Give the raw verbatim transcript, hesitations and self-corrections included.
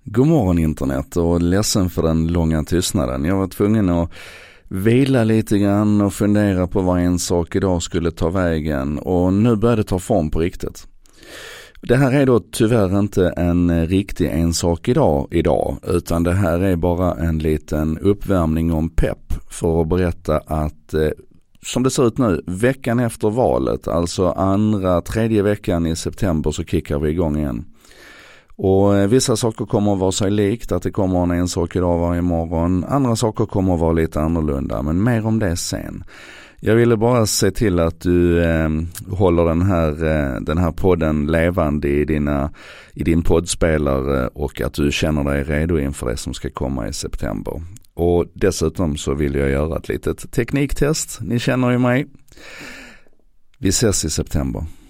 God morgon internet, och ledsen för den långa tystnaden. Jag var tvungen att vila lite grann och fundera på vad en sak idag skulle ta vägen, och nu börjar det ta form på riktigt. Det här är då tyvärr inte en riktig en sak idag, idag utan det här är bara en liten uppvärmning om pepp för att berätta att eh, som det ser ut nu, veckan efter valet, alltså andra, tredje veckan i september, så kickar vi igång igen. Och vissa saker kommer att vara sig likt, att det kommer en, en sak idag varje morgon. Andra saker kommer att vara lite annorlunda, men mer om det sen. Jag ville bara se till att du eh, håller den här, eh, den här podden levande i, dina, i din poddspelare, och att du känner dig redo inför det som ska komma i september. Och dessutom så vill jag göra ett litet tekniktest. Ni känner ju mig. Vi ses i september.